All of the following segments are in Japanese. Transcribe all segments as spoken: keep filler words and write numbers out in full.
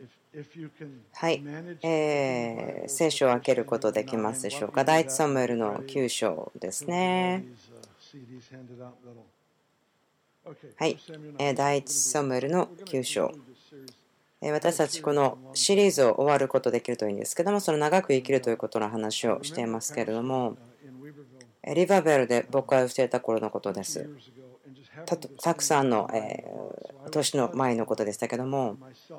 はい、えー、聖書を開けることできますでしょうか。第一サムエルのきゅう章ですね。はい、えー、第一サムエルのきゅう章。えー、私たちこのシリーズを終わることできるといいんですけども、その長く生きるということの話をしていますけれども、リバーベルで牧会をしていた頃のことです。た, たくさんの、えー、年の前のことでしたけども、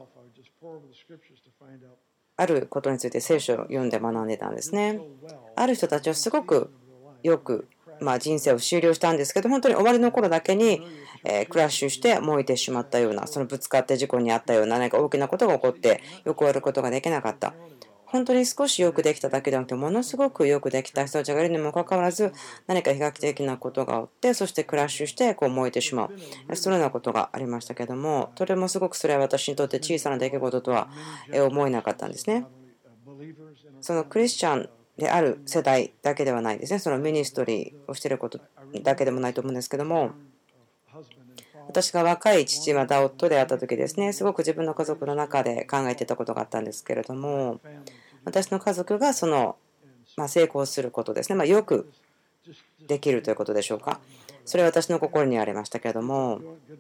あることについて聖書を読んで学んでたんですね。ある人たちはすごくよく、まあ、人生を終了したんですけど、本当に終わりの頃だけに、えー、クラッシュして燃えてしまったような、そのぶつかって事故に遭ったような何か大きなことが起こってよく終わることができなかった。本当に少しよくできただけではなくて、ものすごくよくできた人たちがいるにもかかわらず、何か悲劇的なことが起きて、そしてクラッシュしてこう燃えてしまう、そのようなことがありましたけども、とてもすごくそれは私にとって小さな出来事とは思えなかったんですね。そのクリスチャンである世代だけではないですね。そのミニストリーをしていることだけでもないと思うんですけども、私が若い父また夫であった時ですね、すごく自分の家族の中で考えていたことがあったんですけれども、私の家族がその、まあ、成功することですね、まあ、よくできるということでしょうか。それは私の心にありましたけれども、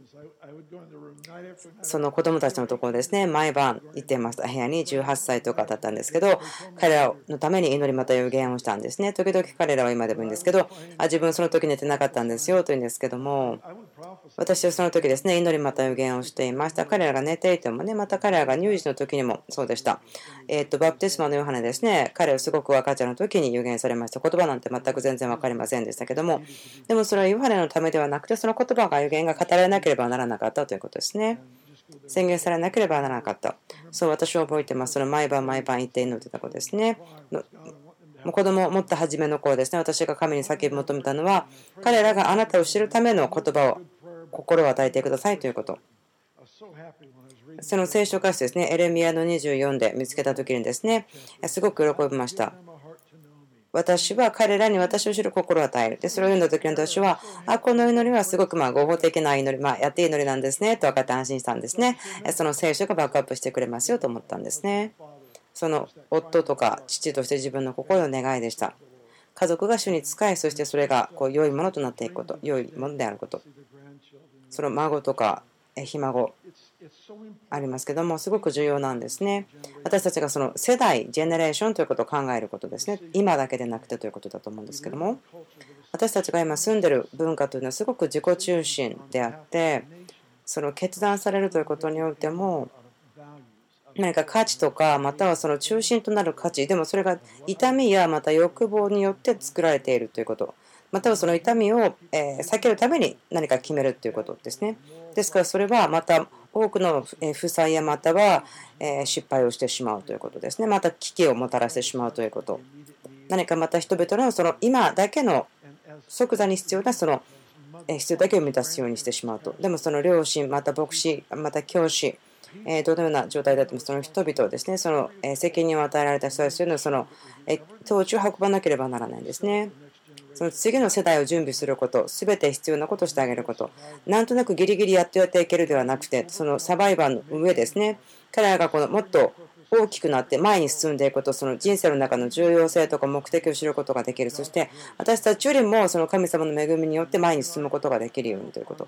その子供たちのところですね、毎晩行っていました。部屋にじゅうはっさいとかだったんですけど、彼らのために祈りまた予言をしたんですね。時々彼らは今でもいいんですけど、あ、自分その時寝てなかったんですよというんですけども、私はその時ですね、祈りまた予言をしていました。彼らが寝ていてもね、また彼らが乳児の時にもそうでした。えっと、バプテスマのヨハネですね、彼をすごく赤ちゃんの時に予言されました。言葉なんて全く全然分かりませんでしたけども、でもそれはヨハネのためではなくて、その言葉が予言が語られなければならなかったということですね。宣言されなければならなかった。そう私は覚えてます。その毎晩毎晩言って祈ってたことですね。もう子供を持った初めの頃ですね、私が神に叫び求めたのは、彼らがあなたを知るための言葉を、心を与えてくださいということ。その聖書箇所ですね、エレミヤのにじゅうよんで見つけたときにですね、すごく喜びました。私は彼らに私を知る心を与える。で、それを読んだ時に私は、あ、この祈りはすごくまあ合法的な祈り、まあ、やっていい祈りなんですね、と分かって安心したんですね。その聖書がバックアップしてくれますよと思ったんですね。その夫とか父として自分の心の願いでした。家族が主に仕え、そしてそれがこう良いものとなっていくこと、良いものであること。その孫とかひ孫ありますけども、すごく重要なんですね。私たちがその世代、ジェネレーションということを考えることですね。今だけでなくてということだと思うんですけども、私たちが今住んでいる文化というのはすごく自己中心であって、その決断されるということにおいても、何か価値とか、またはその中心となる価値、でもそれが痛みやまた欲望によって作られているということ、またはその痛みを避けるために何か決めるということですね。ですからそれはまた多くの負債やまたは失敗をしてしまうということですね。また危機をもたらしてしまうということ。何かまた人々のその今だけの即座に必要なその必要だけを満たすようにしてしまうと。でもその両親、また牧師、また教師、どのような状態であってもその人々をですね、その責任を与えられた人たちというのはその統治を運ばなければならないんですね。その次の世代を準備すること、すべて必要なことをしてあげること、なんとなくギリギリやってやっていけるではなくて、そのサバイバーの上ですね、彼らがこのもっと大きくなって前に進んでいくこと、その人生の中の重要性とか目的を知ることができる、そして私たちよりもその神様の恵みによって前に進むことができるようにということ。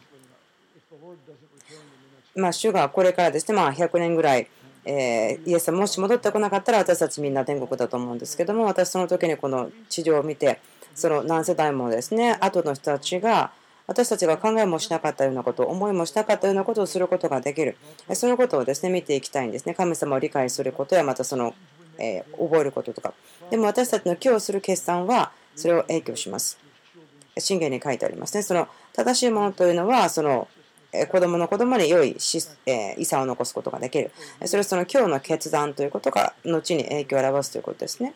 まあ、主がこれからですね、まあ、ひゃくねんぐらい、えー、イエス様もし戻ってこなかったら私たちみんな天国だと思うんですけども、私その時にこの地上を見て、その何世代もですね、後の人たちが私たちが考えもしなかったようなこと、思いもしなかったようなことをすることができる。そのことをですね、見ていきたいんですね。神様を理解することや、またその、えー、覚えることとか。でも私たちの今日する決断は、それを影響します。箴言に書いてありますね。その正しいものというのは、その子供の子供に良い遺産を残すことができる。それはその今日の決断ということが後に影響を表すということですね。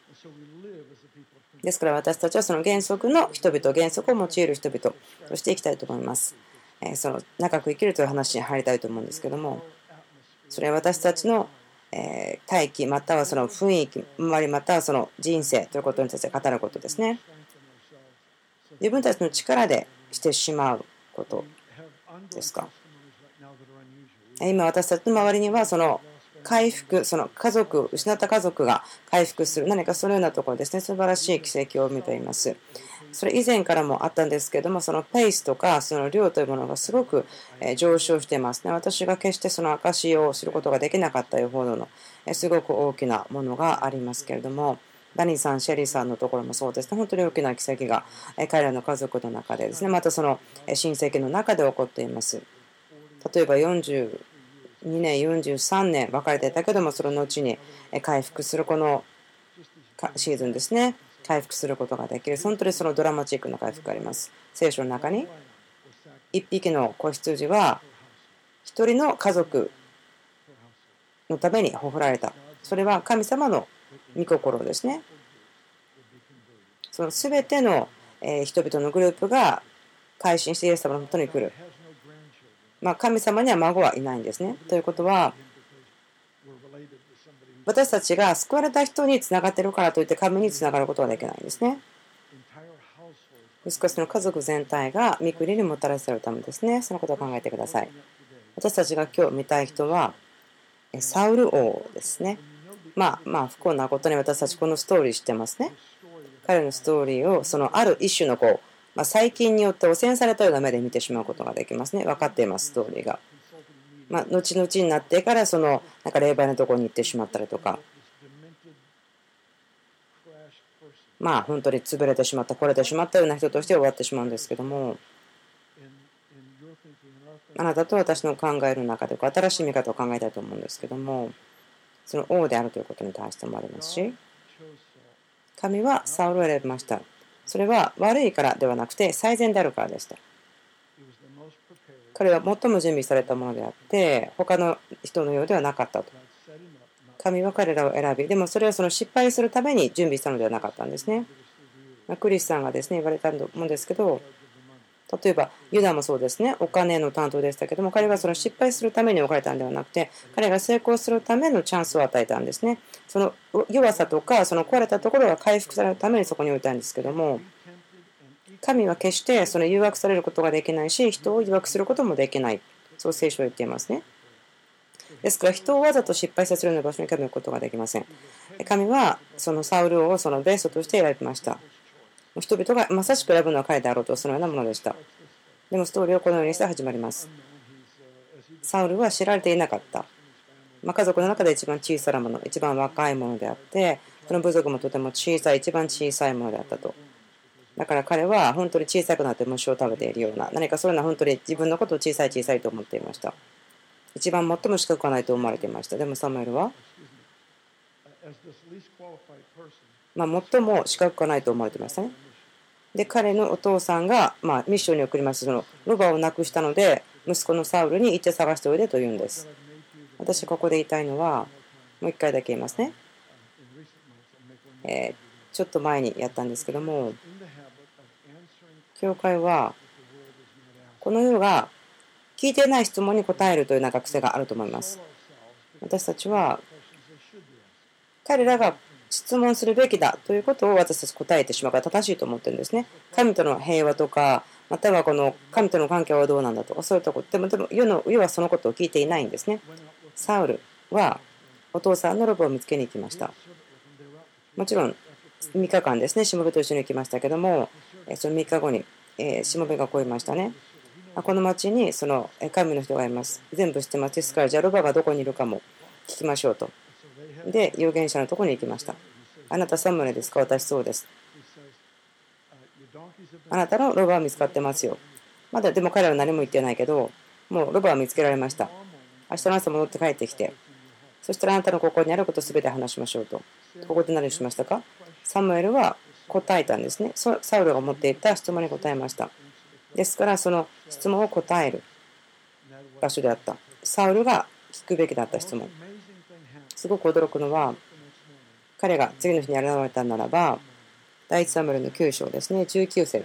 ですから私たちはその原則の人々、原則を用いる人々としていきたいと思います。その長く生きるという話に入りたいと思うんですけども、それは私たちの大気またはその雰囲気、周りまたはその人生ということについて語ることですね。自分たちの力でしてしまうことですか。今私たちの周りにはその回復、その家族、失った家族が回復する、何かそのようなところですね、素晴らしい奇跡を見ています。それ以前からもあったんですけども、そのペースとかその量というものがすごく上昇していますね。私が決してその証をすることができなかったよほどのすごく大きなものがありますけれども、ダニーさん、シェリーさんのところもそうですね、本当に大きな奇跡が彼らの家族の中でですね、またその親戚の中で起こっています。例えばよんじゅうにねん、よんじゅうさんねん別れていたけども、その後に回復するこのシーズンですね、回復することができる、本当にそのドラマチックな回復があります。聖書の中にいっぴきの子羊はひとりの家族のためにほふられた。それは神様の御心ですね。その全ての人々のグループが改心してイエス様のもとに来る。まあ、神様には孫はいないんですね。ということは、私たちが救われた人につながっているからといって神につながることはできないんですね。ですからその家族全体が御国にもたらされるためですね。そのことを考えてください。私たちが今日見たい人はサウル王ですね。まあまあ不幸なことに私たちこのストーリー知ってますね。彼のストーリーをそのある一種のこう、まあ、細菌によって汚染されたような目で見てしまうことができますね。分かっています、ストーリーが。まあ、後々になってからそのなんか霊媒のところに行ってしまったりとか、まあ本当に潰れてしまった、壊れてしまったような人として終わってしまうんですけども、あなたと私の考える中で新しい見方を考えたいと思うんですけども、その王であるということに対してもありますし、神はサウルを選びました。それは悪いからではなくて最善であるからでした。彼は最も準備されたものであって他の人のようではなかったと。神は彼らを選び、でもそれはその失敗するために準備したのではなかったんですね。クリスさんがですね言われたと思うんですけど、例えばユダもそうですね、お金の担当でしたけども、彼はその失敗するために置かれたんではなくて、彼が成功するためのチャンスを与えたんですね。その弱さとかその壊れたところが回復されるためにそこに置いたんですけども、神は決してその誘惑されることができないし、人を誘惑することもできない、そう聖書は言っていますね。ですから人をわざと失敗させるような場所に神を置くことができません。神はそのサウルをそのベストとして選びました。人々がまさしく選ぶのは彼であろうと、そのようなものでした。でもストーリーはこのようにして始まります。サウルは知られていなかった。まあ、家族の中で一番小さなもの、一番若いものであって、その部族もとても小さい、一番小さいものであったと。だから彼は本当に小さくなって虫を食べているような、何かそういうのは本当に自分のことを小さい小さいと思っていました。一番最も資格がないと思われていました。でもサムエルは、まあ、最も資格がないと思われていましたね。で、彼のお父さんが、まあ、ミッションに送ります。そのロバをなくしたので、息子のサウルに行って探しておいでと言うんです。私、ここで言いたいのは、もう一回だけ言いますね。えー、ちょっと前にやったんですけども、教会は、この世が聞いていない質問に答えるというなんか癖があると思います。私たちは、彼らが質問するべきだということを私たち答えてしまうから正しいと思ってるんですね。神との平和とか、またはこの神との関係はどうなんだとか、そういうところ。でも、でも世の世はそのことを聞いていないんですね。サウルはお父さんのロバを見つけに行きました。もちろんみっかかんですね、しもべと一緒に行きましたけども、そのみっかごにしもべが来いましたね。この町にその神の人がいます。全部知ってます。ですから、じゃあロバがどこにいるかも聞きましょうと。で、預言者のところに行きました。あなたサムエルですか？私そうです。あなたのロバは見つかってますよ。まだでも彼は何も言ってないけど、もうロバは見つけられました。明日の朝戻って帰ってきて、そしたらあなたのここにあることすべて話しましょうと。ここで何をしましたか？サムエルは答えたんですね。サウルが持っていた質問に答えました。ですからその質問を答える場所であった。サウルが聞くべきだった質問。すごく驚くのは、彼が次の日に現れたならば、第一サムエルのきゅう章ですね、じゅうきゅう節。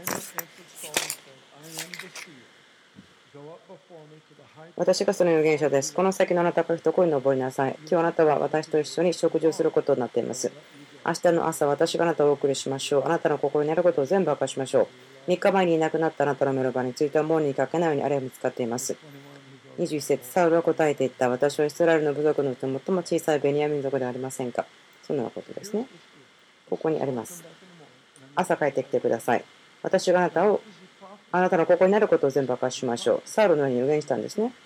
私がその預言者です。この先のあなたが一声に登りなさい。今日あなたは私と一緒に食事をすることになっています。明日の朝、私があなたをお送りしましょう。あなたの心にあることを全部明かしましょう。みっかまえにいなくなったあなたのメロバについてはもうにかけないようにあれは見つかっています。 にじゅういち節、サウルは答えていった。私はイスラエルの部族のうち最も小さいベニヤ民族ではありませんか。そのようなことですね。ここにあります。朝帰ってきてください。私があなたを、あなたのここになることを全部明かしましょう。サウルのように予言したんですね。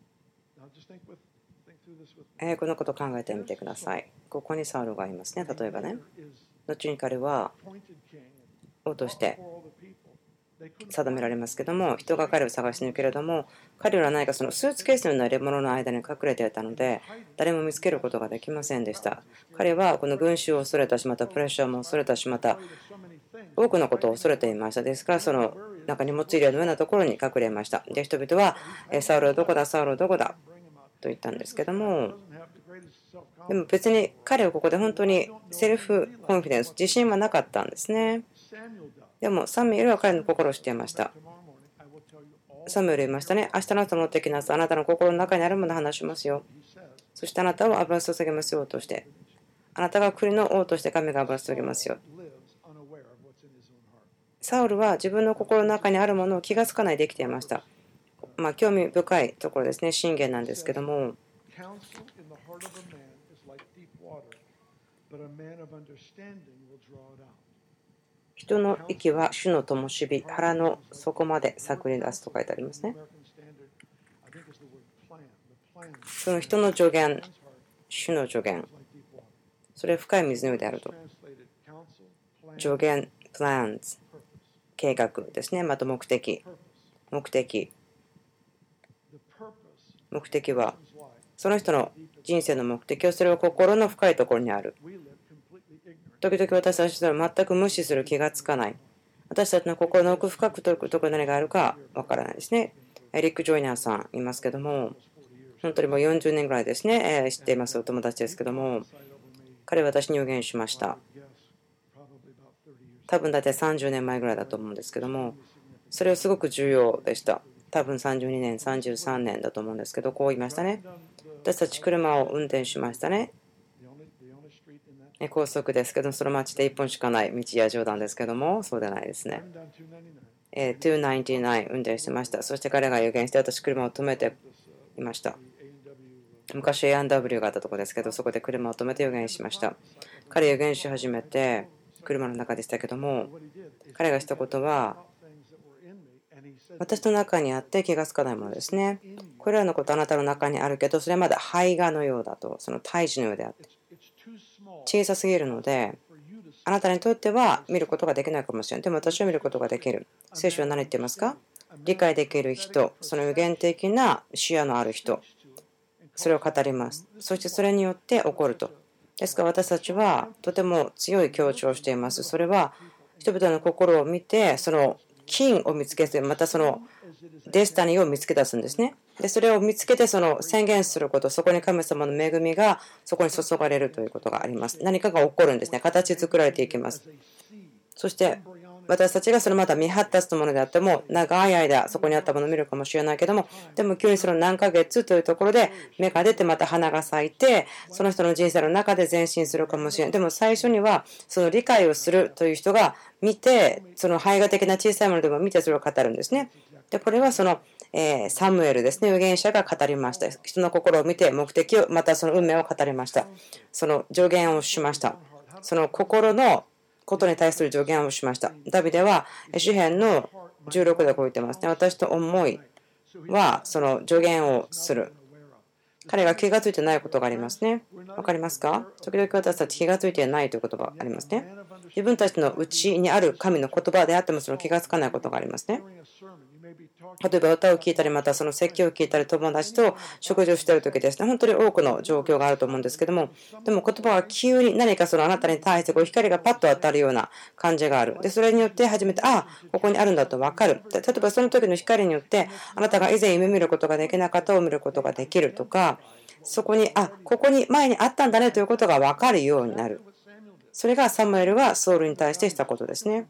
えー、このことを考えてみてください。ここにサウルがいますね。例えばね。後に彼は王として定められますけども、人が彼を探しに行くけれども、彼らは何かそのスーツケースのような入れ物の間に隠れていたので、誰も見つけることができませんでした。彼はこの群衆を恐れたし、またプレッシャーも恐れたし、また多くのことを恐れていました。ですから、その中に荷物入れのようなところに隠れました。で、人々は、サウルはどこだ、サウルはどこだと言ったんですけども、でも別に彼はここで本当にセルフコンフィデンス、自信はなかったんですね。でもサムエルは彼の心を知っていました。サムエル言いましたね。明日の朝持ってきなさい。あなたの心の中にあるものを話しますよ。そしてあなたを油注げますよとして。あなたが国の王として神が油注げますよ。サウルは自分の心の中にあるものを気がつかないで生きていました。まあ興味深いところですね。箴言なんですけども。人の息は主の灯火、腹の底まで探り出すと書いてありますね。その人の助言、主の助言、それは深い水のようであると。助言、プランズ、計画ですね。また目的、目的。目的は、その人の人生の目的をそれは心の深いところにある。時々私たちは全く無視する気がつかない。私たちの心の奥深くところに何があるかわからないですね。エリック・ジョイナーさんいますけども、本当にもうよんじゅうねんぐらいですね、え知っていますお友達ですけども、彼は私に予言しました。多分だいたいさんじゅうねんまえぐらいだと思うんですけども、それはすごく重要でした。多分さんじゅうにねん、さんじゅうさんねんだと思うんですけど、こう言いましたね。私たち車を運転しましたね。高速ですけど、その町でいっぽんしかない道や冗談ですけども、そうではないですね。にひゃくきゅうじゅうきゅう運転してました。そして彼が予言して私、車を止めていました。昔 エーアンドダブリュー があったところですけど、そこで車を止めて予言しました。彼予言し始めて、車の中でしたけども、彼がしたことは、私の中にあって気がつかないものですね。これらのことあなたの中にあるけど、それはまだ胚芽のようだと、その胎児のようであって。小さすぎるので、あなたにとっては見ることができないかもしれない。でも私は見ることができる。聖書は何言っていますか？理解できる人、その予言的な視野のある人、それを語ります。そしてそれによって起こると。ですから私たちはとても強い強調をしています。それは人々の心を見て、その金を見つけて、またそのデスタニーを見つけ出すんですね。で、それを見つけてその宣言すること、そこに神様の恵みがそこに注がれるということがあります。何かが起こるんですね。形作られていきます。そして私たちがそのまた未発達のものであっても、長い間そこにあったものを見るかもしれないけども、でも急にその何ヶ月というところで芽が出てまた花が咲いて、その人の人生の中で前進するかもしれない。でも最初にはその理解をするという人が見て、その胚芽的な小さいものでも見てそれを語るんですね。で、これはそのえサムエルですね、預言者が語りました。人の心を見て目的を、またその運命を語りました。その助言をしました。その心のことに対する助言をしました。ダビデは詩編のじゅうろくでこう言ってますね。私と思いはその助言をする。彼が気がついてないことがありますね。わかりますか？時々私たち気がついていないという言葉がありますね。自分たちの内にある神の言葉であってもその気がつかないことがありますね。例えば歌を聴いたり、またその説教を聞いたり、友達と食事をしている時ですね、本当に多くの状況があると思うんですけども、でも言葉が急に何かそのあなたに対してこう光がパッと当たるような感じがある。で、それによって初めて、ああ、ここにあるんだと分かる。例えばその時の光によって、あなたが以前夢見ることができなかったを見ることができるとか、そこに、あ、ここに前にあったんだねということが分かるようになる。それがサムエルがソウルに対してしたことですね。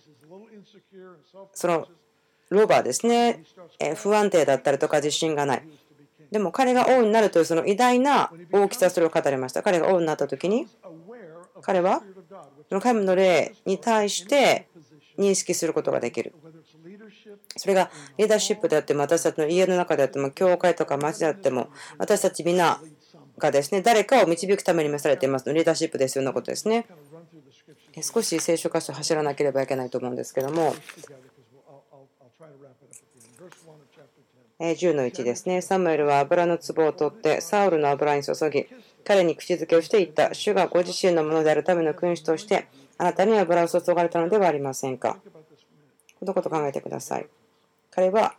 そのロバですね、不安定だったりとか自信がない。でも彼が王になるというその偉大な大きさ、それを語りました。彼が王になった時に、彼はその神の霊に対して認識することができる。 それがリーダーシップであっても、私たちの家の中であっても、教会とか町であっても、私たちみんながですね、誰かを導くために召されていますので、リーダーシップですようなことですね。少し聖書箇所走らなければいけないと思うんですけども、じゅうのいちですね。サムエルは油の壺を取ってサウルの油に注ぎ、彼に口づけをしていった。主がご自身のものであるための君主として、あなたに油を注がれたのではありませんか。このことを考えてください。彼は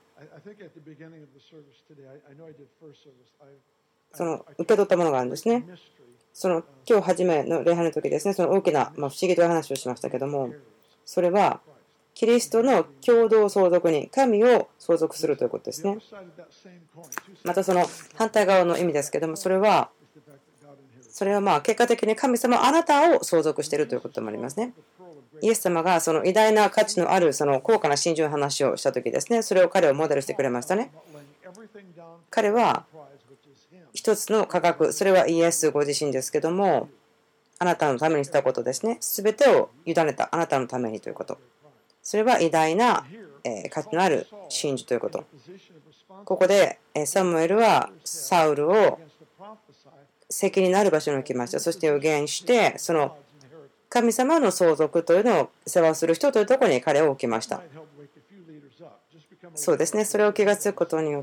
その受け取ったものがあるんですね。その今日初めの礼拝の時ですね、その大きな、まあ、不思議という話をしましたけども、それはキリストの共同相続に神を相続するということですね。またその反対側の意味ですけども、それはそれはまあ結果的に神様はあなたを相続しているということもありますね。イエス様がその偉大な価値のあるその高価な真珠の話をした時ですね、それを彼をモデルしてくれましたね。彼は一つの価格、それはイエスご自身ですけども、あなたのためにしたことですね。すべてを委ねたあなたのためにということ。それは偉大な価値のある真珠ということ。ここでサムエルはサウルを責任のある場所に置きました。そして予言して、その神様の相続というのを世話をする人というところに彼を置きました。そうですね。それを気がつくことによって、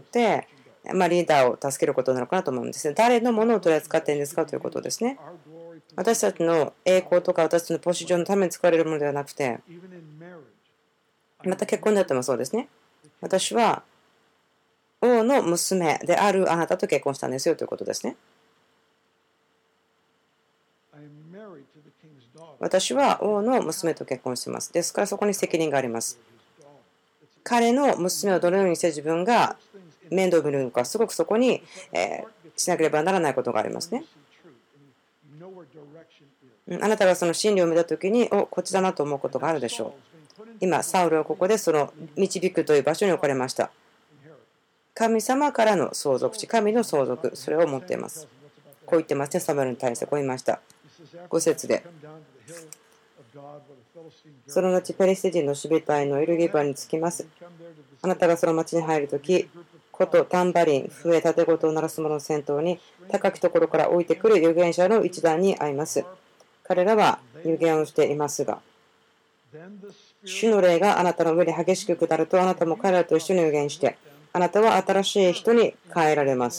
まあ、リーダーを助けることになるかなと思うんですね。誰のものを取り扱っているんですかということですね。私たちの栄光とか私たちのポジションのために使われるものではなくて、また結婚であってもそうですね。私は王の娘であるあなたと結婚したんですよということですね。私は王の娘と結婚しています。ですからそこに責任があります。彼の娘をどのようにして自分が面倒を見るのか、すごくそこに、えー、しなければならないことがありますね。あなたがその真理を見たときに、お、こっちだなと思うことがあるでしょう。今、サウルはここでその導くという場所に置かれました。神様からの相続地、神の相続、それを持っています。こう言ってますね、サムエルに対してこう言いました。ご節で。その後、ペリシテ人の守備隊のエルギバに着きます。あなたがその町に入るとき、琴、タンバリン、笛、盾琴を鳴らす者の先頭に、高きところから降りてくる預言者の一団に会います。彼らは預言をしていますが、主の霊があなたの上に激しく下ると、あなたも彼らと一緒に預言して、あなたは新しい人に変えられます。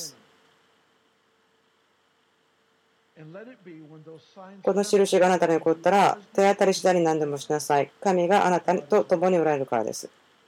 この印があなたに起こったら、手当たり次第に何でもしなさい。神があなたと共におられるからです。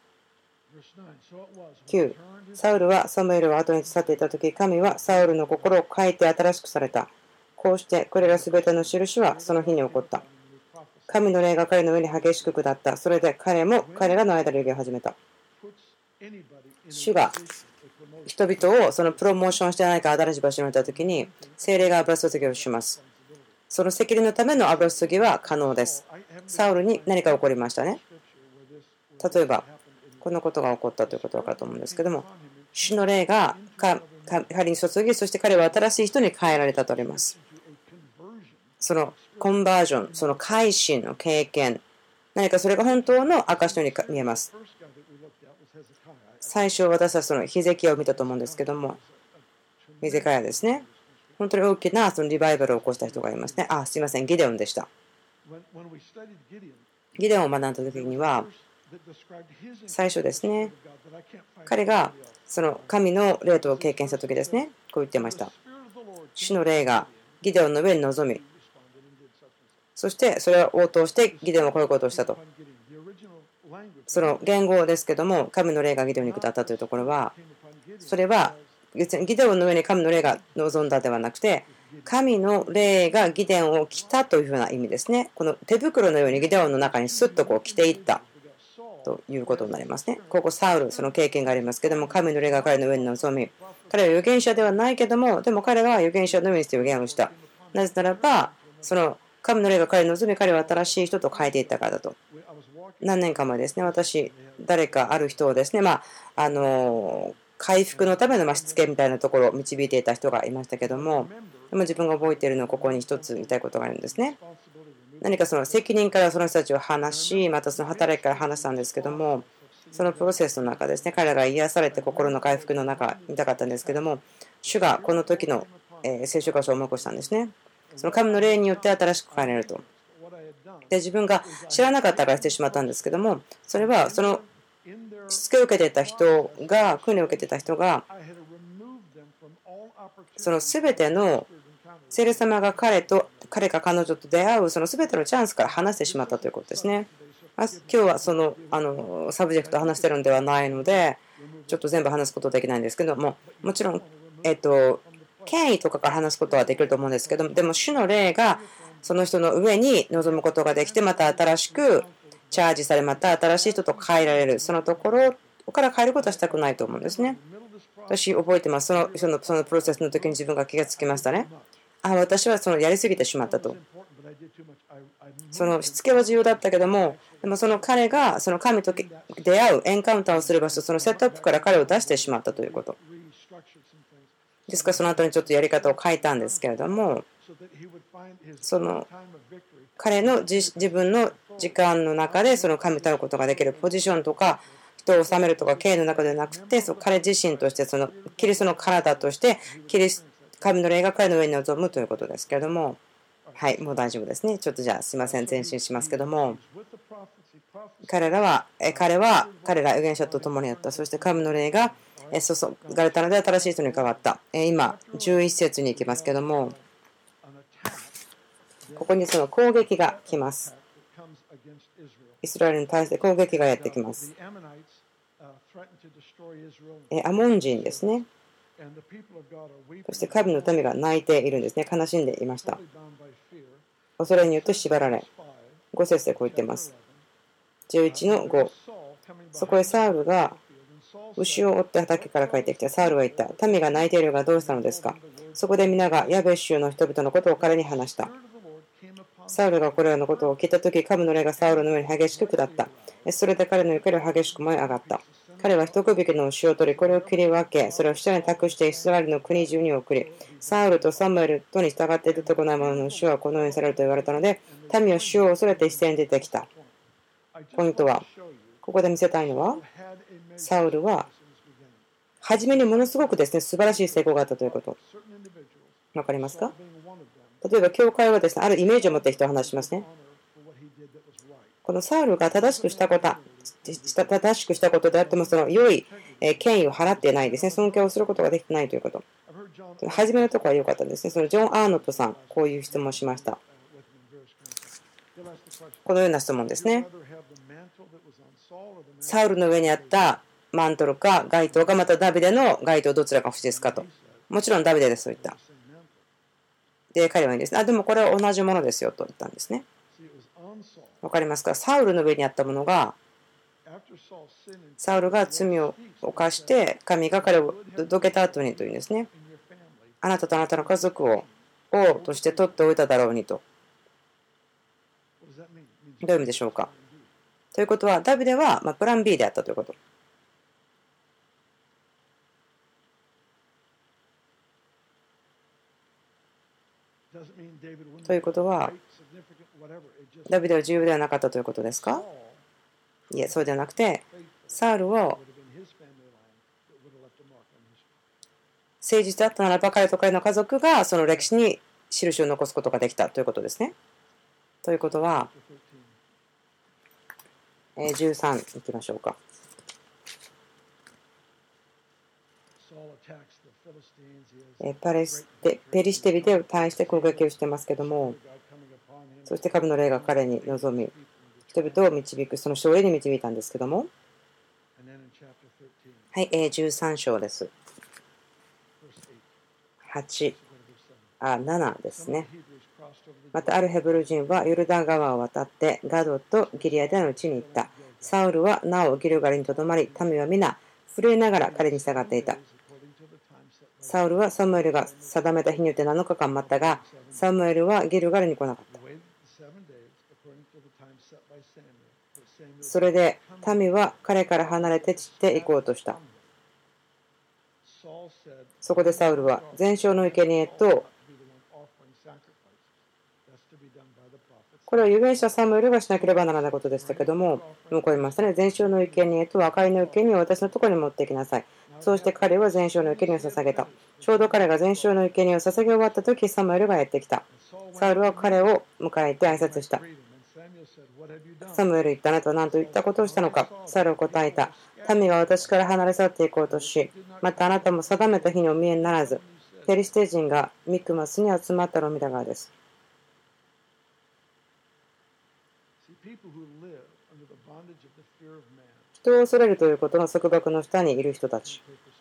きゅう. サウルはサムエルを後に去っていたとき、神はサウルの心を変えて新しくされた。こうしてこれらすべての印はその日に起こった。神の霊が彼の上に激しく下った。それで彼も彼らの間で預言を始めた。主が人々をそのプロモーションしてないか新しい場所に置いたときに、聖霊が油注ぎをします。その責任のための油注ぎは可能です。サウルに何か起こりましたね。例えば、このことが起こったということが分かると思うんですけども、主の霊が彼に注ぎ、そして彼は新しい人に変えられたとあります。そのコンバージョン、その改心の経験、何かそれが本当の証のように見えます。最初私はそのヒゼキヤを見たと思うんですけども、ヒゼカヤですね。本当に大きなそのリバイバルを起こした人がいますね。あ、すいません、ギデオンでした。ギデオンを学んだ時には、最初ですね、彼がその神の霊とを経験した時ですね、こう言ってました。主の霊がギデオンの上に臨み、そしてそれを応答してギデオンはこういうことをしたと。その言語ですけども、神の霊がギデオンに下ったというところは、それは別にギデオンの上に神の霊が臨んだではなくて、神の霊がギデオンを着たというふうな意味ですね。この手袋のようにギデオンの中にスッとこう着ていったということになりますね。ここサウル、その経験がありますけども、神の霊が彼の上に臨み、彼は預言者ではないけども、でも彼は預言者のようにして預言をした。なぜならば、その神の霊が彼に臨み、彼は新しい人と変えていったからだと。何年か前ですね、私、誰かある人をですね、まあ、あの、回復のためのしつけみたいなところを導いていた人がいましたけども、でも自分が覚えているのはここに一つ言いたいことがあるんですね。何かその責任からその人たちを話し、またその働きから話したんですけども、 そのプロセスの中ですね、彼らが癒されて心の回復の中見たかったんですけども、主がこの時の聖書箇所を思い起こしたんですね。その神の霊によって新しく変えられると。で、自分が知らなかったからしてしまったんですけども、それはそのしつけを受けていた人が、訓練を受けていた人が、そのすべての聖霊様が彼と、彼か彼女と出会う、そのすべてのチャンスから離してしまったということですね。今日はそのあのサブジェクトを話しているのではないので、ちょっと全部話すことはできないんですけども、もちろん、えっと、権威とかから話すことはできると思うんですけども、でも主の霊がその人の上に臨むことができて、また新しくチャージされ、また新しい人と変えられる、そのところから変えることはしたくないと思うんですね。私、覚えてます。そのそのそのプロセスの時に自分が気がつきましたね。あ、私はそのやりすぎてしまったと。そのしつけは重要だったけども、でもその彼がその神と出会う、エンカウンターをする場所、そのセットアップから彼を出してしまったということ。ですから、その後にちょっとやり方を変えたんですけれども、その彼の自分の時間の中でその神と会うことができるポジションとか、人を治めるとか、経営の中ではなくて、その彼自身として、そのキリストの体として、キリス神の霊が彼の上に臨むということですけれども、はい、もう大丈夫ですね。ちょっとじゃあ、すみません、前進しますけども、彼らは、彼は、彼ら預言者と共にあった。そして神の霊が注がれたので、新しい人に変わった。今、じゅういっ節に行きますけども、ここにその攻撃が来ます。イスラエルに対して攻撃がやってきます。アモン人ですね。そして神の民が泣いているんですね。悲しんでいました。恐れによって縛られ、ご節でこう言っています。じゅういちのご。そこへサウルが牛を追って畑から帰ってきた。サウルは言った。民が泣いているがどうしたのですか。そこで皆がヤベシュの人々のことを彼に話した。サウルがこれらのことを聞いたとき、神の霊がサウルの上に激しく下った。それで彼の怒りは激しく燃え上がった。彼は一首引きの牛を取り、これを切り分け、それを下に託してイスラエルの国中に送り、サウルとサムエルとに従って出てこない者の主はこのようにされると言われたので、民は主を恐れて一斉に出てきた。ポイントは、ここで見せたいのは、サウルは、初めにものすごくですね、素晴らしい成功があったということ。わかりますか？例えば、教会はですね、あるイメージを持って人を話しますね。このサウルが正しくしたこと、正しくしたことであっても、その良い権威を払っていないですね。尊敬をすることができてないということ。初めのところは良かったんですね。そのジョン・アーノットさん、こういう質問をしました。このような質問ですね。サウルの上にあったマントルか街灯か、またダビデの街灯どちらが欲しいですかと。もちろんダビデですと言った。で、彼は言うんですね。あ、でもこれは同じものですよと言ったんですね。わかりますか？サウルの上にあったものが、サウルが罪を犯して神が彼をどけた後にというんですね。あなたとあなたの家族を王として取っておいただろうにと。どういう意味でしょうか？ということは、ダビデはまあプラン ビー であったということ。ということは、ダビデは重要ではなかったということですか？いえ、そうではなくて、サウルを誠実だったならば、彼と彼の家族がその歴史に印を残すことができたということですね。ということは、じゅうさんいきましょうか。パレステペリシテ人に対して攻撃をしていますけども、そして神の霊が彼に臨み、人々を導く、その勝利に導いたんですけども、はい、じゅうさん章です。はち、あ、ななですね。またあるヘブル人はヨルダン川を渡ってガドとギリアデのうちに行った。サウルはなおギルガルにとどまり、民は皆震えながら彼に従っていた。サウルはサムエルが定めた日によってなのかかん待ったが、サムエルはギルガルに来なかった。それで民は彼から離れて散っていこうとした。そこでサウルは全焼の生贄とこれは預言者サムエルがしなければならないことでしたけども、もうこう言いましたね。全焼の生贄と赤いの生贄を私のところに持ってきなさい。そうして彼は全焼の生贄を捧げた。ちょうど彼が全焼の生贄を捧げ終わった時、サムエルがやってきた。サウルは彼を迎えて挨拶した。サムエル言った。あなたは何と言ったことをしたのか。サウルは答えた。民が私から離れ去っていこうとし、またあなたも定めた日にお見えにならず、ペリシテ人がミクマスに集まったのを見たからです。人を恐れるということの束縛の下にいる人たち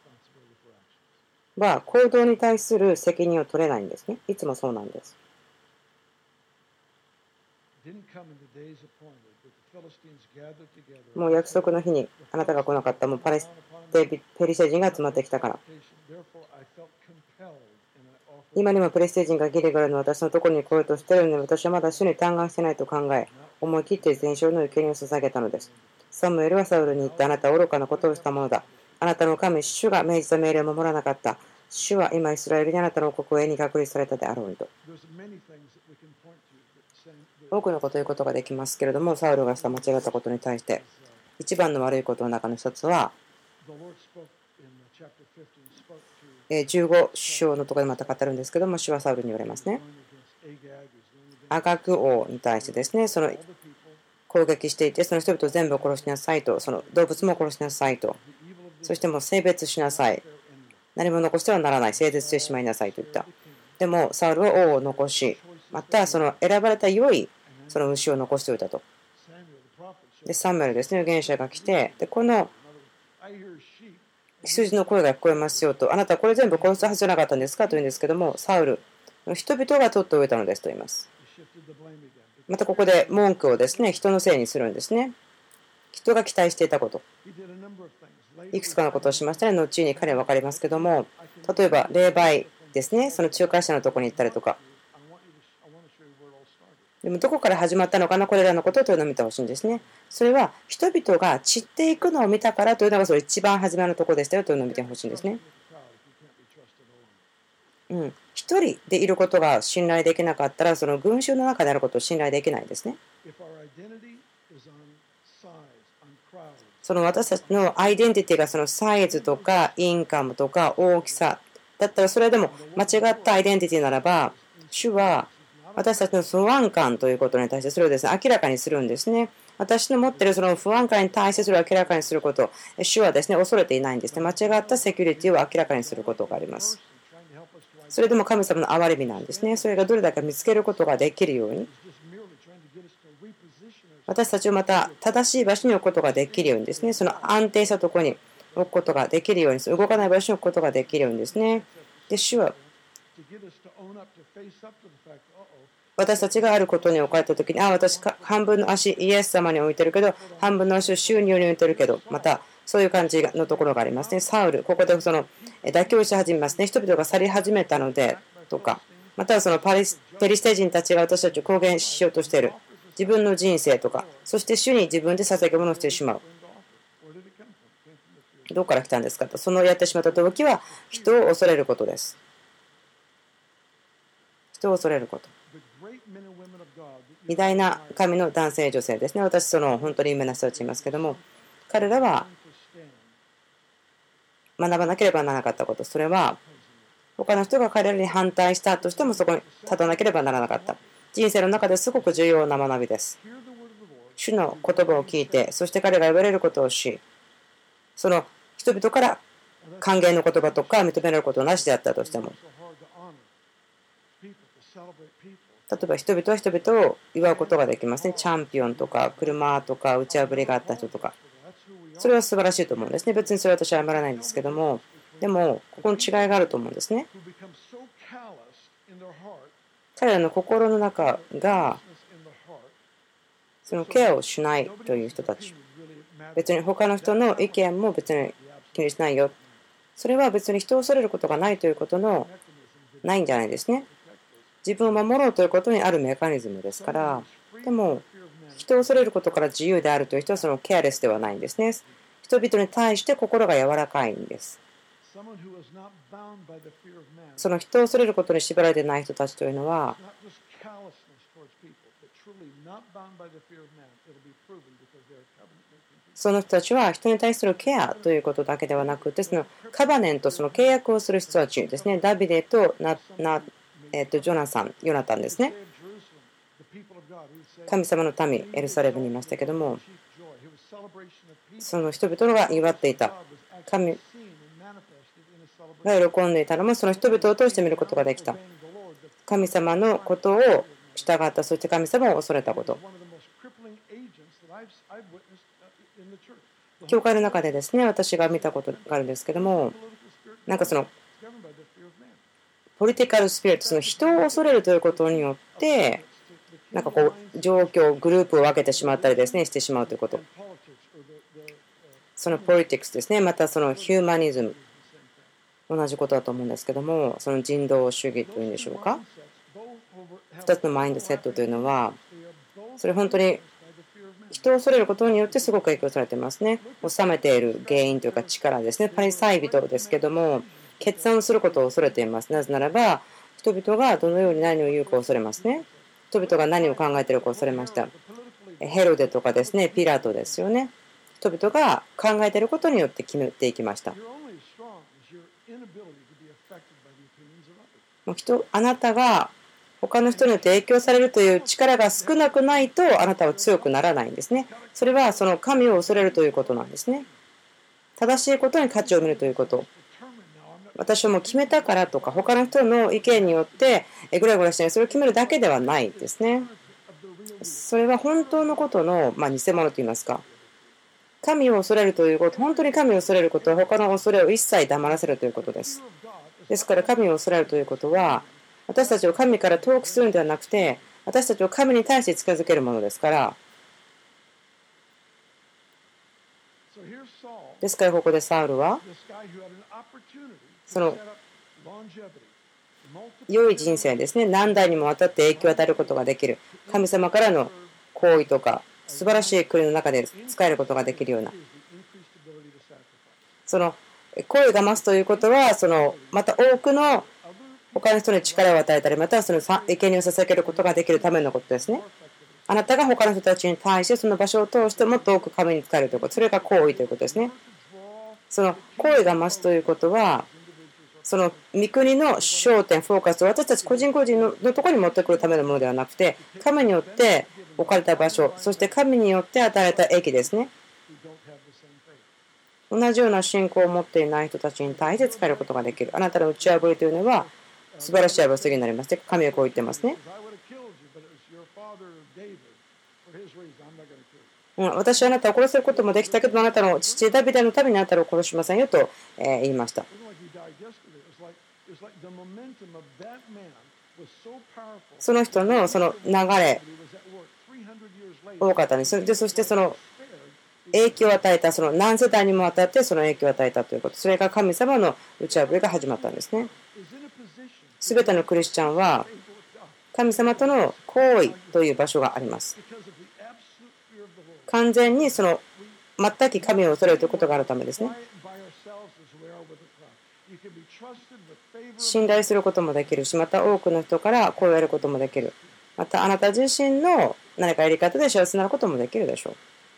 は行動に対する責任を取れないんですね。いつもそうなんです。もう約束の日にあなたが来なかった。もうパレステペリシテ人が集まってきたから。今にもペリシテ人がギリガルの私のところに来ようとしているのに、私はまだ主に嘆願してないと考え、思い切って全焼の生贄を捧げたのです。サムエルはサウルに言った。あなたは愚かなことをしたものだ。あなたの神、主が命じた命令を守らなかった。主は今イスラエルにあなたの国営に隔離されたであろうと。多くのことを言うことができますけれども、サウルがした間違ったことに対して一番の悪いことの中の一つは、じゅうご章のところでまた語るんですけども、主はサウルに言われますね。アガグ王に対してですね、その攻撃していて、その人々を全部殺しなさいと、その動物も殺しなさいと、そしてもう性別しなさい、何も残してはならない、性別してしまいなさいと言った。でもサウルは王を残し、またその選ばれた良いその牛を残しておいたと。でサムエルですね、預言者が来て、でこの羊の声が聞こえますよと、あなたはこれ全部殺すはずじゃなかったんですかと言うんですけども、サウル、人々が取っておいたのですと言います。またここで文句をですね、人のせいにするんですね。人が期待していたこと。いくつかのことをしましたね。後に彼は分かりますけども、例えば霊媒ですね、その仲介者のところに行ったりとか。でもどこから始まったのかな、これらのことというのを見てほしいんですね。それは人々が散っていくのを見たからというのがその一番初めのところでしたよというのを見てほしいんですね。うん、一人でいることが信頼できなかったら、その群衆の中であることを信頼できないんですね。その私たちのアイデンティティがそのサイズとかインカムとか大きさだったら、それでも間違ったアイデンティティならば、主は私たちの不安感ということに対してそれをですね、明らかにするんですね。私の持っているその不安感に対してそれを明らかにすること、主はですね、恐れていないんですね。間違ったセキュリティを明らかにすることがあります。それでも神様の憐れみなんですね。それがどれだけ見つけることができるように、私たちをまた正しい場所に置くことができるようにですね、その安定したところに置くことができるように、動かない場所に置くことができるようにですね。で、主は私たちがあることに置かれたときに、ああ、私、半分の足、イエス様に置いてるけど、半分の足を収入に置いてるけど、また、そういう感じのところがありますね。サウル、ここでその妥協し始めますね。人々が去り始めたので、とか、またはそのパリスペリシテ人たちが私たちを公言しようとしている。自分の人生とか、そして主に自分で捧げ物をしてしまう。どこから来たんですかと、そのやってしまった動機は、人を恐れることです。人を恐れること。偉大な神の男性女性ですね。私その本当に有名な人たちいますけども、彼らは学ばなければならなかったこと、それは他の人が彼らに反対したとしてもそこに立たなければならなかった。人生の中ですごく重要な学びです。主の言葉を聞いて、そして彼が言われることをし、その人々から歓迎の言葉とか認められることなしであったとしても、例えば人々は人々を祝うことができますね。チャンピオンとか車とか打ち破りがあった人とか、それは素晴らしいと思うんですね。別にそれは私は謝らないんですけども、でもここに違いがあると思うんですね。彼らの心の中がそのケアをしないという人たち、別に他の人の意見も別に気にしないよ、それは別に人を恐れることがないということのないんじゃないですね。自分を守ろうということにあるメカニズムですから。でも人を恐れることから自由であるという人はそのケアレスではないんですね。人々に対して心が柔らかいんです。その人を恐れることに縛られていない人たちというのは、 その人たちは人に対するケアということだけではなくて、そのカバネント、その契約をする人たちですね。ダビデとナナ、えー、とジョナサン、ヨナタンですね。神様の民、エルサレムにいましたけども、その人々が祝っていた。神が喜んでいたのも、その人々を通して見ることができた。神様のことを従った、そして神様を恐れたこと。教会の中でですね、私が見たことがあるんですけども、なんかそのポリティカルスピリット、その人を恐れるということによって、なんかこう状況、グループを分けてしまったりですね、してしまうということ。そのポリティクスですね、またそのヒューマニズム、同じことだと思うんですけども、その人道主義というんでしょうか。ふたつのマインドセットというのは、それ本当に人を恐れることによってすごく影響されていますね。治めている原因というか力ですね。パリサイ人ですけども、決断をすることを恐れています。なぜならば、人々がどのように何を言うか恐れますね。人々が何を考えているか恐れました。ヘロデとかですね、ピラトですよね。人々が考えていることによって決めていきました。もう人あなたが他の人によって影響されるという力が少なくないとあなたは強くならないんですね。それはその神を恐れるということなんですね。正しいことに価値を見るということ。私はもう決めたからとか他の人の意見によってぐらぐらしてそれを決めるだけではないですね。それは本当のことの、まあ、偽物といいますか。神を恐れるということ、本当に神を恐れることは他の恐れを一切黙らせるということです。ですから神を恐れるということは私たちを神から遠くするのではなくて私たちを神に対して近づけるものですから。ですからここでサウルはその良い人生ですね、何代にもわたって影響を与えることができる神様からの行為とか素晴らしい国の中で使えることができるようなその行為が増すということはそのまた多くの他の人に力を与えたりまたはその生贄を捧げることができるためのことですね。あなたが他の人たちに対してその場所を通してもっと多く神に使えるということ、それが行為ということですね。その行為が増すということはその御国の焦点フォーカスを私たち個人個人のところに持ってくるためのものではなくて神によって置かれた場所そして神によって与えられた益ですね。同じような信仰を持っていない人たちに対して使えることができる。あなたの打ち破りというのは素晴らしい破りになります。神はこう言ってますね。うん、私はあなたを殺せることもできたけどあなたの父ダビデのためにあなたを殺しませんよと言いました。その人のその流れ多かったんです。でそしてその影響を与えたその何世代にもわたってその影響を与えたということ、それが神様の打ち破りが始まったんですね。すべてのクリスチャンは神様との交易という場所があります。完全にその全く神を恐れるということがあるためですね。信頼することもできるしまた多くの人から声を得ることもできる。またあなた自身の何かやり方で幸せになることもできるでしょう。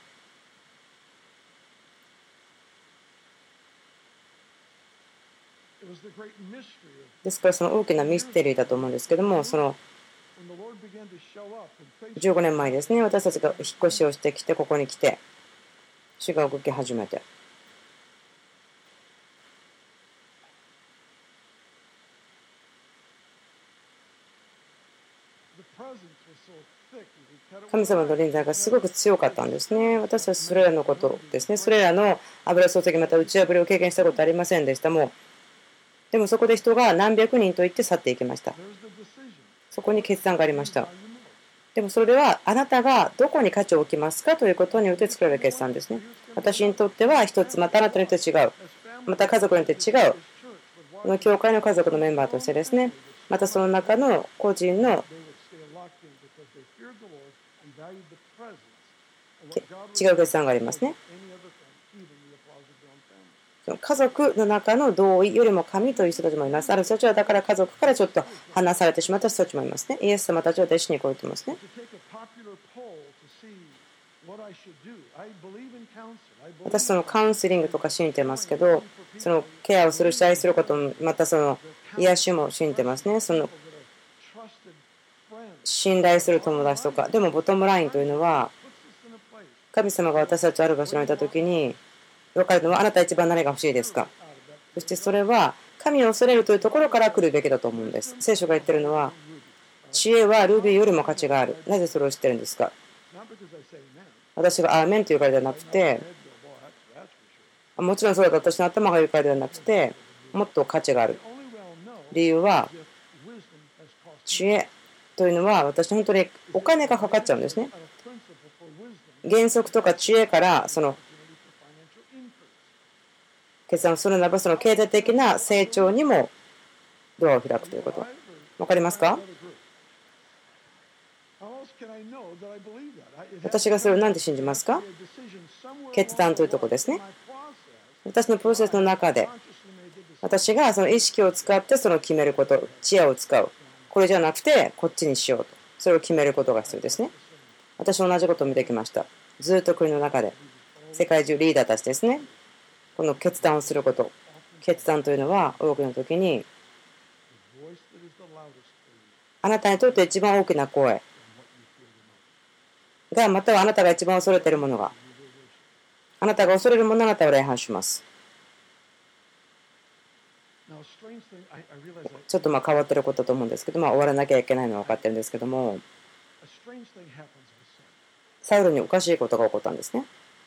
ですからその大きなミステリーだと思うんですけどもそのじゅうごねんまえですね私たちが引っ越しをしてきてここに来て主が動き始めて神様の臨在がすごく強かったんですね。私はそれらのことですねそれらの油注ぎまた打ち破りを経験したことありませんでした。もうでもそこで人が何百人と言って去っていきました。そこに決断がありました。でもそれはあなたがどこに価値を置きますかということによって作られる決断ですね。私にとっては一つ、またあなたによって違う、また家族によって違う、この教会の家族のメンバーとしてですね、またその中の個人の違う決断がありますね。家族の中の同意よりも神という人たちもいます。ある人たちはだから家族からちょっと離されてしまった人たちもいますね。イエス様たちは弟子にこう言ってますね。 私、そのカウンセリングとか信じてますけど、そのケアをするし、愛することも、またその癒しも信じてますね。その信頼する友達とか。でも、ボトムラインというのは、神様が私たちをある場所にいたときに、分かるのは、あなた一番何が欲しいですか。そしてそれは、神を恐れるというところから来るべきだと思うんです。聖書が言ってるのは、知恵はルビーよりも価値がある。なぜそれを知ってるんですか。私がアーメンというからではなくて、もちろんそうだと私の頭が言うからではなくて、もっと価値がある。理由は、知恵というのは私本当にお金がかかっちゃうんですね。原則とか知恵からその決断をするならば、その経済的な成長にもドアを開くということ。わかりますか。私がそれを何で信じますか。決断というところですね。私のプロセスの中で私がその意識を使ってその決めること、知恵を使う。これじゃなくてこっちにしようと。それを決めることが必要ですね。私は同じことを見てきました。ずっと国の中で世界中リーダーたちですね。この決断をすること。決断というのは多くの時にあなたにとって一番大きな声が、またはあなたが一番恐れているものが、あなたが恐れるものをあなたを礼拝します。ちょっとまあ変わっていることだと思うんですけど、まあ、終わらなきゃいけないのは分かってるんですけども、サウルにおかしいことが起こったんですね。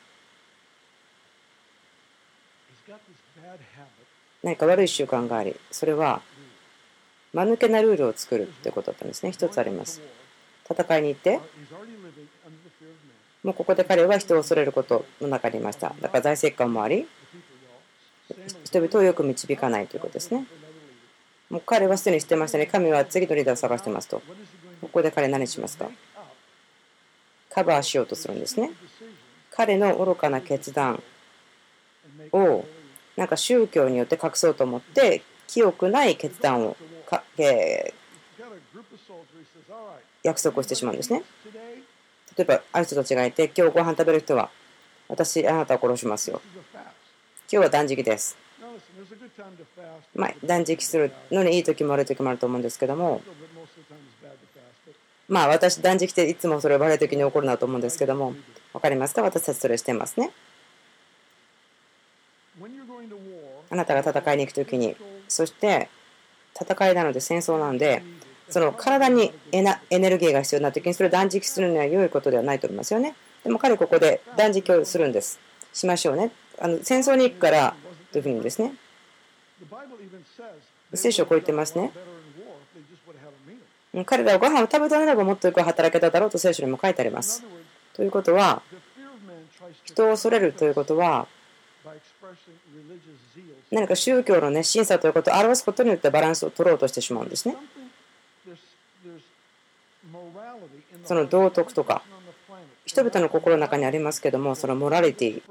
何か悪い習慣があり、それは間抜けなルールを作るということだったんですね。一つあります。戦いに行って、もうここで彼は人を恐れることの中にいました。だから財政感もあり、人々をよく導かないということですね。もう彼はすでに知ってましたね。神は次のリーダーを探してますと。ここで彼何しますか。カバーしようとするんですね。彼の愚かな決断をなんか宗教によって隠そうと思って清くない決断をか、えー、約束をしてしまうんですね。例えばある人たちがいて、今日ご飯食べる人は私あなたを殺しますよ。今日は断食です。まあ、断食するのにいい時も悪い時もあると思うんですけども、まあ私断食っていつもそれ悪い時に起こるなと思うんですけども、分かりますか。私たちそれしてますね。あなたが戦いに行くときに、そして戦いなので戦争なので、その体にエネルギーが必要なときにそれを断食するには良いことではないと思いますよね。でも彼ここで断食をするんです。しましょうね。あの戦争に行くからというふうにですね。聖書をこう言ってますね。彼らはご飯を食べたならばもっとよく働けただろうと聖書にも書いてあります。ということは、人を恐れるということは、何か宗教の熱心さということを表すことによってバランスを取ろうとしてしまうんですね。その道徳とか人々の心の中にありますけども、そのモラリティ、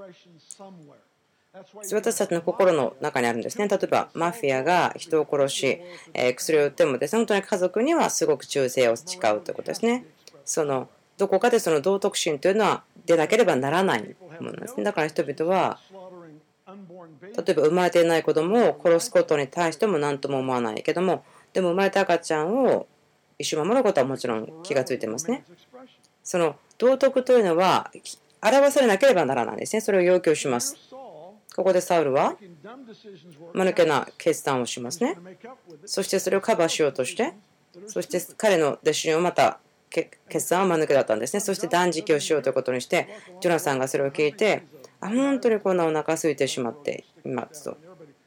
私たちの心の中にあるんですね。例えばマフィアが人を殺し、えー、薬を売ってもですね、本当に家族にはすごく忠誠を誓うということですね。そのどこかでその道徳心というのは出なければならないものなんですね。だから人々は例えば生まれていない子供を殺すことに対しても何とも思わないけども、でも生まれた赤ちゃんを一生守ることはもちろん気がついてますね。その道徳というのは表されなければならないですね。それを要求します。ここでサウルは間抜けな決断をしますね。そしてそれをカバーしようとして、そして彼の弟子をまた決断は間抜けだったんですね。そして断食をしようということにして、ジョナサンがそれを聞いて、あ、本当にこんなお腹空いてしまっていますと。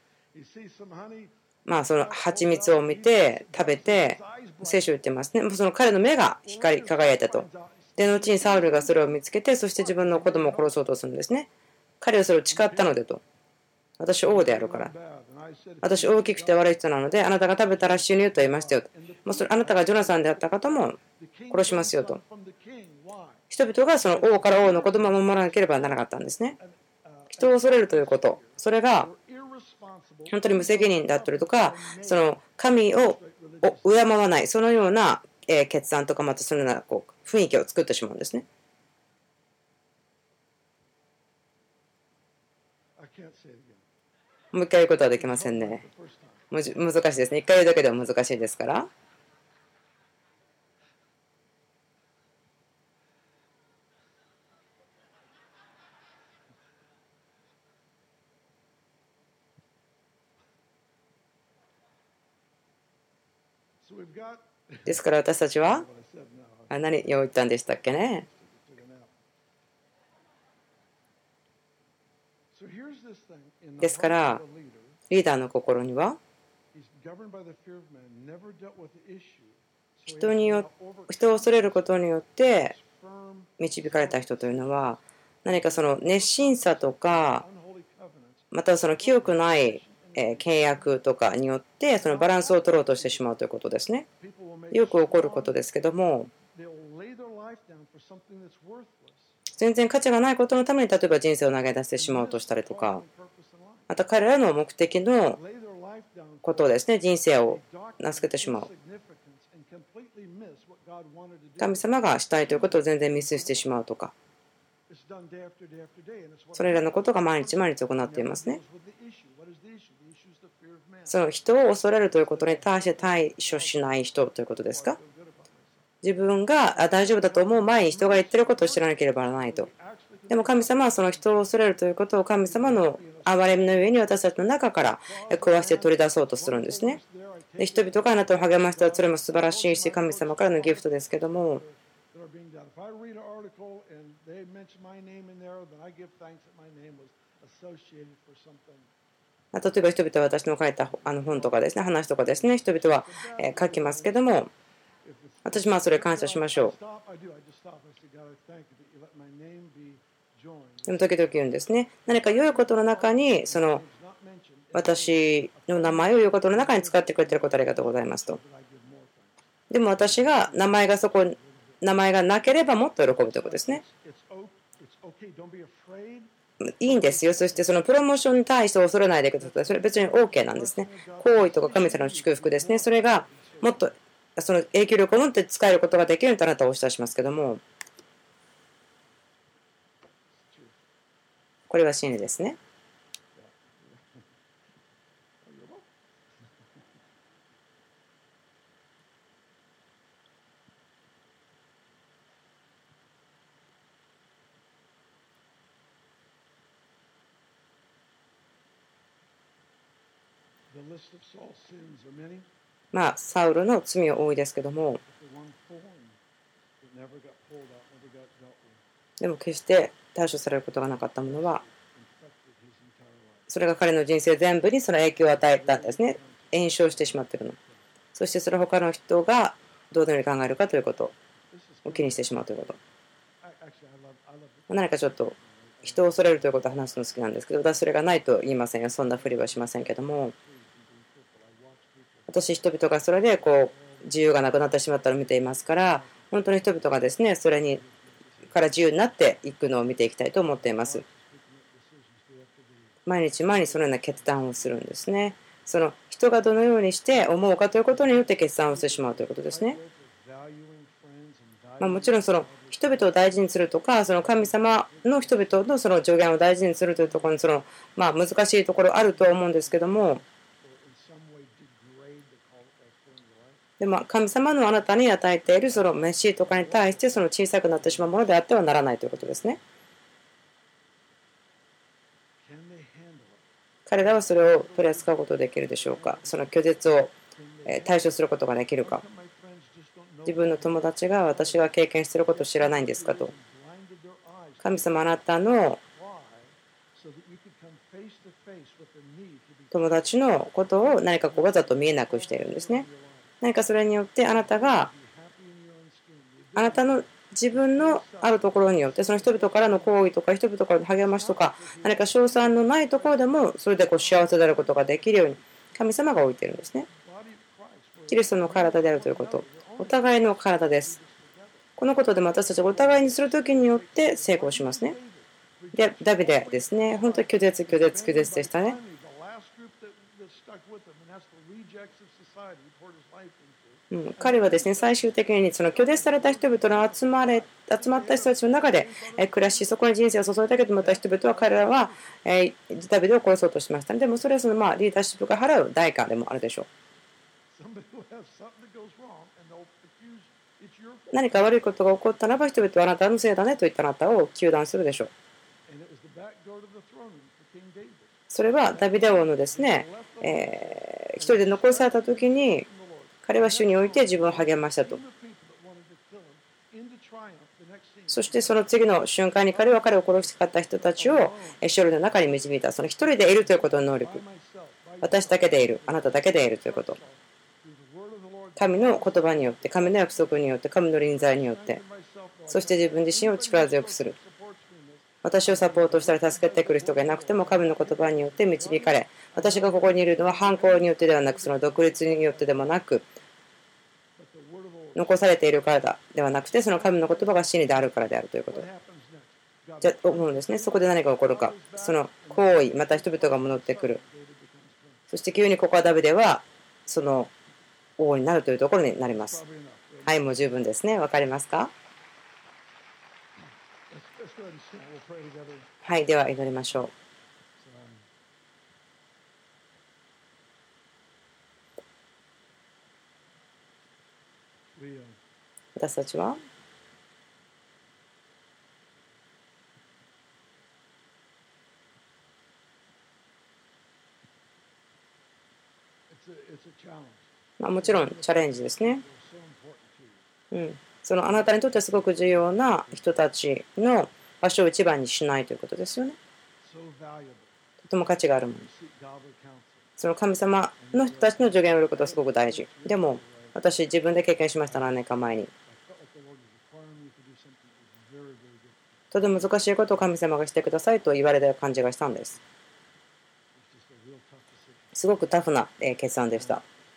まあその蜂蜜を見て食べて、聖書を言ってますね。その彼の目が光り輝いたと。で、後にサウルがそれを見つけて、そして自分の子供を殺そうとするんですね。彼はそれを誓ったのでと。私王であるから。私大きくて悪い人なので、あなたが食べたら死ぬと言いましたよと。もうそれあなたがジョナサンであった方も殺しますよと。人々がその王から王の子供を守らなければならなかったんですね。人を恐れるということ、それが本当に無責任だったりとか、その神を敬わない、そのような決断とか、またそのようなこう雰囲気を作ってしまうんですね。 もう一回言うことはできませんね。むじ難しいですね。一回言うだけでは難しいですから。ですから私たちは、あ、何を言ったんでしたっけね。ですから、リーダーの心には、人によ人を恐れることによって導かれた人というのは、何かその熱心さとか、またはその清くない契約とかによってそのバランスを取ろうとしてしまうということですね。よく起こることですけども、全然価値がないことのために例えば人生を投げ出してしまおうとしたりとか、また彼らの目的のことをですね、人生を名付けてしまう。神様がしたいということを全然ミスしてしまうとか、それらのことが毎日毎日行っていますね。その人を恐れるということに対して対処しない人ということですか。自分が大丈夫だと思う前に人が言ってることを知らなければならないと。でも神様はその人を恐れるということを神様の憐れみの上に私たちの中から食わして取り出そうとするんですね。で人々があなたを励ましたらそれも素晴らしいし神様からのギフトですけども、例えば人々は私の書いたあの本とかですね、話とかですね、人々は書きますけども、私はそれ感謝しましょう。でも時々言うんですね。何か良いことの中にその私の名前を良いことの中に使ってくれていることありがとうございますと。でも私が名前がそこ名前がなければもっと喜ぶということですね。いいんですよ。そしてそのプロモーションに対して恐れないでください。それ別に OK なんですね。行為とか神様の祝福ですね。それがもっとその影響力を持って使えることができるようにとあなたはおっしゃしますけども、これは真理ですね。まあ、サウルの罪は多いですけども、でも決して対処されることがなかったものは、それが彼の人生全部にその影響を与えたんですね。炎症してしまっているの。そしてそれを他の人がどのように考えるかということを気にしてしまうということ。何かちょっと人を恐れるということを話すの好きなんですけど、私それがないと言いませんよ。そんなふりはしませんけども、私人々がそれでこう自由がなくなってしまったのを見ていますから、本当に人々がですねそれにから自由になっていくのを見ていきたいと思っています。毎日毎日そのような決断をするんですね。その人がどのようにして思うかということによって決断をしてしまうということですね。まあ、もちろんその人々を大事にするとか、その神様の人々のその助言を大事にするというところにそのまあ難しいところあるとは思うんですけども、でも神様のあなたに与えているそのメシとかに対してその小さくなってしまうものであってはならないということですね。彼らはそれを取り扱うことができるでしょうか。その拒絶を対処することができるか。自分の友達が私が経験していることを知らないんですかと。神様あなたの友達のことを何かこうわざと見えなくしているんですね。何かそれによってあなたがあなたの自分のあるところによってその人々からの行為とか人々からの励ましとか何か賞賛のないところでもそれでこう幸せであることができるように神様が置いているんですね。キリストの体であるということ、お互いの体です。このことでも私たちがお互いにするときによって成功しますね。でダビデですね、本当に拒絶拒絶拒絶でしたね。 うん、彼はですね、最終的にその拒絶された人々の集まれ集まった人たちの中でえ暮らし、そこに人生を注いだけど、また人々は彼らはえーダビデを殺そうとしました。でもそれはそのまあリーダーシップが払う代価でもあるでしょう。何か悪いことが起こったならば、人々はあなたのせいだねと言ったあなたを糾弾するでしょう。それはダビデ王のですね、えー、一人で残された時に彼は主において自分を励ましたと。そしてその次の瞬間に彼は彼を殺したかった人たちを勝利の中に導いた。その一人でいるということの能力。私だけでいる。あなただけでいるということ。神の言葉によって、神の約束によって、神の臨在によって、そして自分自身を力強くする。私をサポートしたり助けてくる人がいなくても神の言葉によって導かれ、私がここにいるのは反抗によってではなく、その独立によってでもなく、残されているからだではなくて、その神の言葉が真理であるからであるということ。じゃ思うんですね。そこで何が起こるか。その行為、また人々が戻ってくる。そして急にここはダビデはその王になるというところになります。はい、もう十分ですね。わかりますか？はい、では祈りましょう。私たちはまあ、もちろんチャレンジですね。うん、そのあなたにとってすごく重要な人たちの場所を一番にしないということですよね。とても価値があるもの。その神様の人たちの助言を得ることはすごく大事。でも私自分で経験しました。何年か前に。とても難しいことを神様がしてくださいと言われた感じがしたんです。すごくタフな決断でした。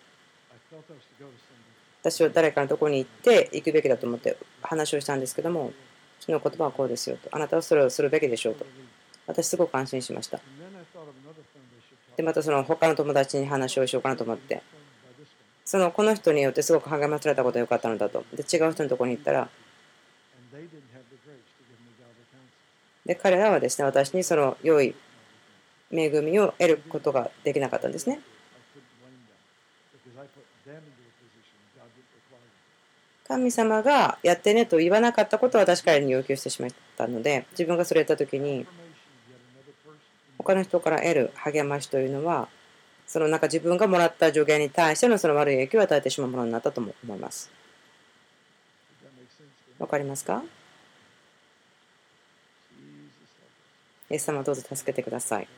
私は誰かのところに行って行くべきだと思って話をしたんですけども、その言葉はこうですよと。あなたはそれをするべきでしょうと。私すごく安心しました。で、またその他の友達に話をしようかなと思って、そのこの人によってすごく励まされたことが良かったのだと。で、違う人のところに行ったら、で、彼らはですね、私にその良い恵みを得ることができなかったんですね。神様がやってねと言わなかったことを私からに要求してしまったので、自分がそれをやった時に他の人から得る励ましというのは、そのなんか自分がもらった助言に対してのその悪い影響を与えてしまうものになったとも思います。わかりますか？イエス様どうぞ助けてください。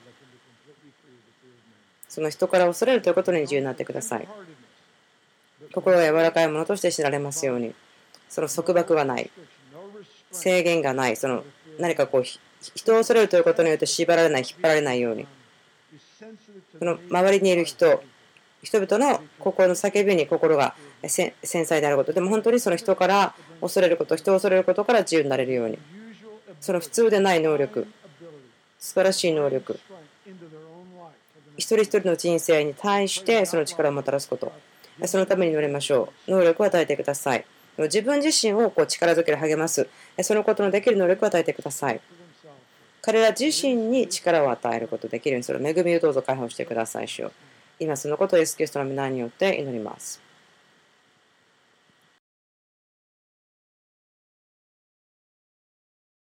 その人から恐れるということに自由になってください。心が柔らかいものとして知られますように、その束縛はない、制限がない、その何かこう人を恐れるということによって縛られない、引っ張られないように、その周りにいる人、人々の心の叫びに心が繊細であること、でも本当にその人から恐れること、人を恐れることから自由になれるように、その普通でない能力、素晴らしい能力、一人一人の人生に対してその力をもたらすこと、そのために祈りましょう。能力を与えてください。自分自身をこう力づける励ます、そのことのできる能力を与えてください。彼ら自身に力を与えることができるように、その恵みをどうぞ解放してください。主よ、今そのことをイエス・キリストの皆によって祈ります。